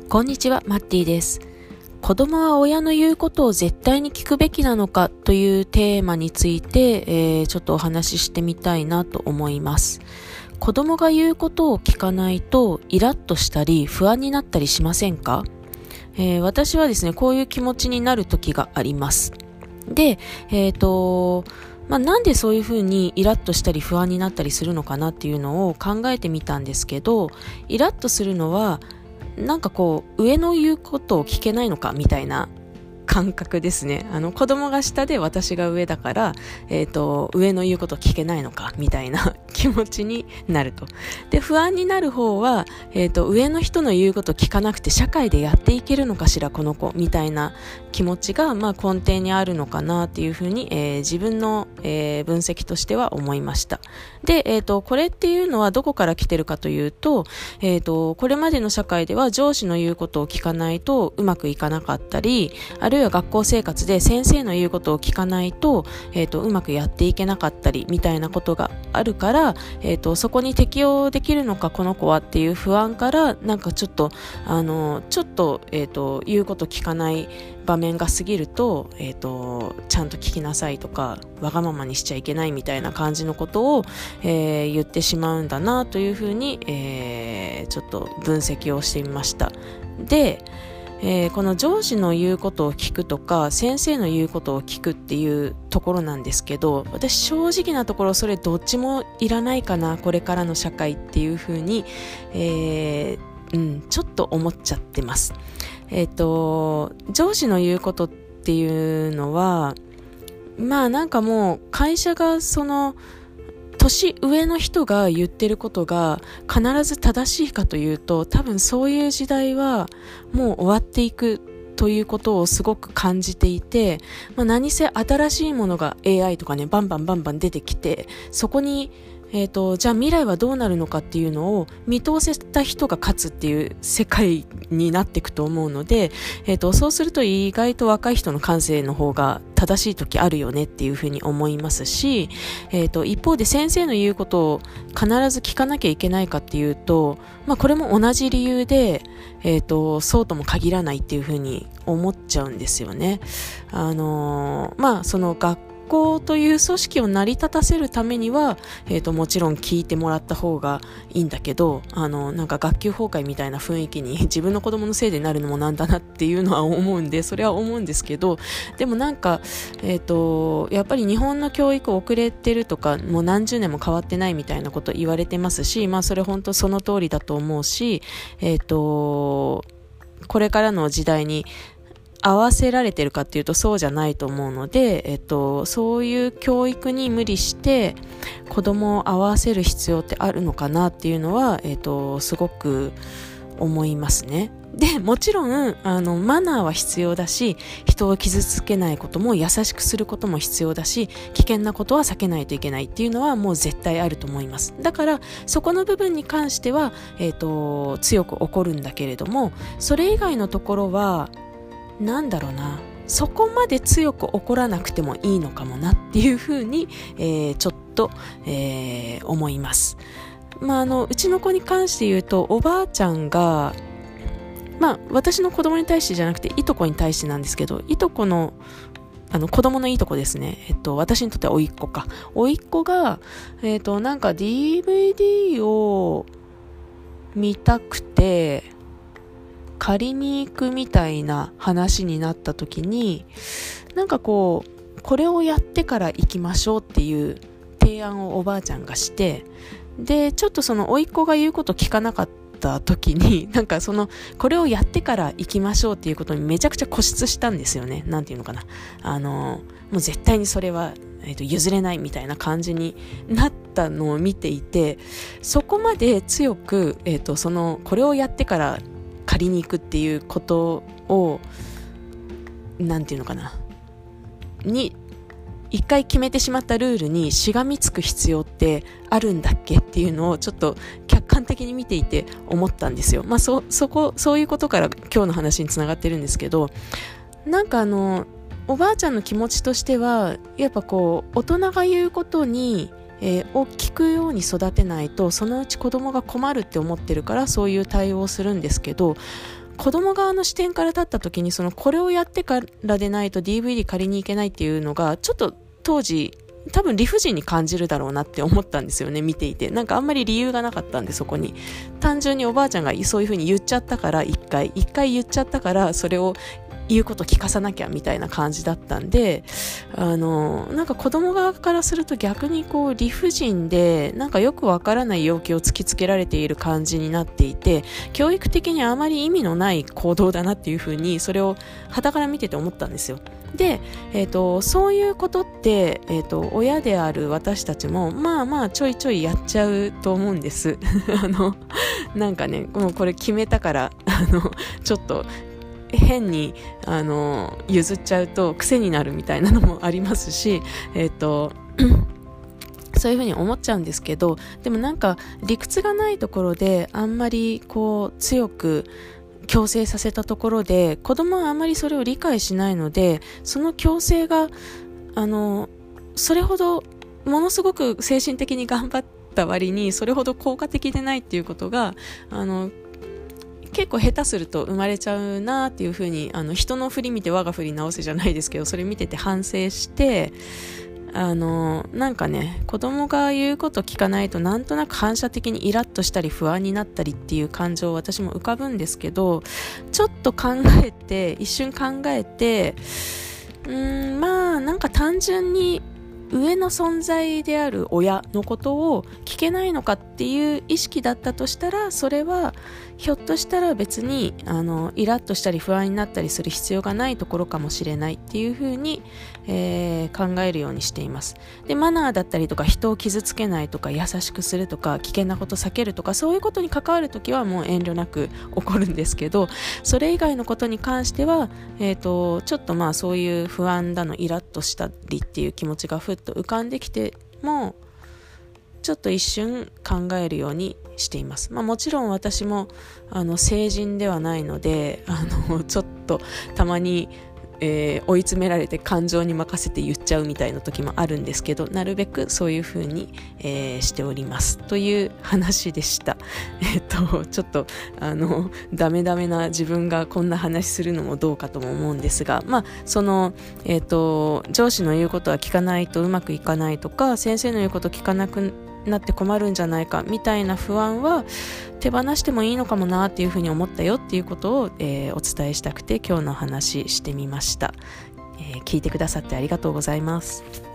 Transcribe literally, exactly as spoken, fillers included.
こんにちは、マッティです。子供は親の言うことを絶対に聞くべきなのかというテーマについて、えー、ちょっとお話ししてみたいなと思います。子供が言うことを聞かないとイラッとしたり不安になったりしませんか？えー、私はですね、こういう気持ちになる時があります。で、えっと、まあ、なんでそういうふうにイラッとしたり不安になったりするのかなっていうのを考えてみたんですけど、イラッとするのはなんかこう上の言うことを聞けないのかみたいな感覚ですね。あの子供が下で私が上だから、えっと、上の言うことを聞けないのかみたいな気持ちになると。で、不安になる方は、えっと、上の人の言うことを聞かなくて社会でやっていけるのかしらこの子みたいな気持ちが、まあ、根底にあるのかなっていうふうに、えー、自分の、えー、分析としては思いました。で、えっと、これっていうのはどこから来てるかというと、えっと、これまでの社会では上司の言うことを聞かないとうまくいかなかったり、あるいは学校生活で先生の言うことを聞かないと、えっと、うまくやっていけなかったりみたいなことがあるから、えっと、そこに適応できるのかこの子はっていう不安から、なんかちょっとあのちょっと、えっと、言うこと聞かない場面が過ぎると、えっと、ちゃんと聞きなさいとかわがままにしちゃいけないみたいな感じのことを、えー、言ってしまうんだなというふうに、えー、ちょっと分析をしてみました。で、えー、この上司の言うことを聞くとか先生の言うことを聞くっていうところなんですけど、私正直なところそれどっちもいらないかなこれからの社会っていうふうに、えーうん、ちょっと思っちゃってます。えっと、上司の言うことっていうのはまあなんかもう会社がその年上の人が言ってることが必ず正しいかというと、多分そういう時代はもう終わっていくということをすごく感じていて、まあ、何せ新しいものが エーアイ とかねバンバンバンバン出てきて、そこにえーと、じゃあ未来はどうなるのかっていうのを見通せた人が勝つっていう世界になっていくと思うので、えーと、そうすると意外と若い人の感性の方が正しい時あるよねっていうふうに思いますし、えーと、一方で先生の言うことを必ず聞かなきゃいけないかっていうと、まあこれも同じ理由で、えーと、そうとも限らないっていうふうに思っちゃうんですよね。あのー、まあその学学校という組織を成り立たせるためには、えーと、もちろん聞いてもらった方がいいんだけど、あのなんか学級崩壊みたいな雰囲気に自分の子供のせいでなるのもなんだなっていうのは思うんで、それは思うんですけど、でもなんか、えーと、やっぱり日本の教育遅れてるとか、もう何十年も変わってないみたいなこと言われてますし、まあそれ本当その通りだと思うし、えーと、これからの時代に合わせられてるかっていうとそうじゃないと思うので、えっと、そういう教育に無理して子供を合わせる必要ってあるのかなっていうのは、えっと、すごく思いますね。で、もちろんあのマナーは必要だし、人を傷つけないことも優しくすることも必要だし、危険なことは避けないといけないっていうのはもう絶対あると思います。だからそこの部分に関しては、えっと、強く怒るんだけれども、それ以外のところはなんだろうな、そこまで強く怒らなくてもいいのかもなっていうふうに、えー、ちょっと、えー、思います。まあ、あのうちの子に関して言うと、おばあちゃんが、まあ、私の子供に対してじゃなくていとこに対してなんですけど、いとこのあの子供のいいとこですね。えっと、私にとっては甥っ子か。甥っ子が、えっと、なんか ディーブイディー を見たくて、借りに行くみたいな話になった時に、なんかこうこれをやってから行きましょうっていう提案をおばあちゃんがして、でちょっとその甥っ子が言うこと聞かなかった時に、なんかそのこれをやってから行きましょうっていうことにめちゃくちゃ固執したんですよね。なんていうのかな、あのもう絶対にそれは、えーと、譲れないみたいな感じになったのを見ていて、そこまで強く、えーと、そのこれをやってから借りに行くっていうことをなんていうのかなに一回決めてしまったルールにしがみつく必要ってあるんだっけっていうのをちょっと客観的に見ていて思ったんですよ。まあそそこそういうことから今日の話につながってるんですけど、なんかあのおばあちゃんの気持ちとしてはやっぱこう大人が言うことにえー、を聞くように育てないとそのうち子供が困るって思ってるからそういう対応をするんですけど、 子供側の視点から立った時に、そのこれをやってからでないと ディーブイディー 借りに行けないっていうのがちょっと当時多分理不尽に感じるだろうなって思ったんですよね、見ていて。なんかあんまり理由がなかったんで、そこに単純におばあちゃんがそういう風に言っちゃったから、一回一回言っちゃったからそれを言うこと聞かさなきゃみたいな感じだったんで、あのなんか子供側からすると逆にこう理不尽で、なんかよくわからない要求を突きつけられている感じになっていて、教育的にあまり意味のない行動だなっていうふうに、それを傍から見てて思ったんですよ。で、えーと、そういうことって、えーと、親である私たちもまあまあちょいちょいやっちゃうと思うんですあのなんかね、もうこれ決めたからあのちょっと変にあの譲っちゃうと癖になるみたいなのもありますし、えっとそういうふうに思っちゃうんですけど、でもなんか理屈がないところであんまりこう強く強制させたところで、子供はあまりそれを理解しないので、その強制があのそれほどものすごく精神的に頑張った割にそれほど効果的でないっていうことがあの結構下手すると生まれちゃうなっていう風に、あの人の振り見て我が振り直せじゃないですけど、それ見てて反省して、あのなんかね、子供が言うこと聞かないとなんとなく反射的にイラッとしたり不安になったりっていう感情私も浮かぶんですけど、ちょっと考えて一瞬考えて、うーんまあなんか単純に上の存在である親のことを聞けないのかっていう意識だったとしたら、それはひょっとしたら別にあのイラッとしたり不安になったりする必要がないところかもしれないっていうふうに、えー、考えるようにしています。で、マナーだったりとか人を傷つけないとか優しくするとか危険なこと避けるとか、そういうことに関わるときはもう遠慮なく起こるんですけど、それ以外のことに関しては、えーと、ちょっとまあそういう不安だのイラッとしたりっていう気持ちがふっと浮かんできてもちょっと一瞬考えるようにしています。まあ、もちろん私もあの成人ではないので、あのちょっとたまに、えー、追い詰められて感情に任せて言っちゃうみたいな時もあるんですけど、なるべくそういう風に、えー、しておりますという話でした。えっとちょっとあのダメダメな自分がこんな話するのもどうかとも思うんですが、まあそのえっと上司の言うことは聞かないとうまくいかないとか、先生の言うこと聞かなくなって困るんじゃないかみたいな不安は手放してもいいのかもなっていうふうに思ったよっていうことを、えー、お伝えしたくて今日の話してみました。えー、聞いてくださってありがとうございます。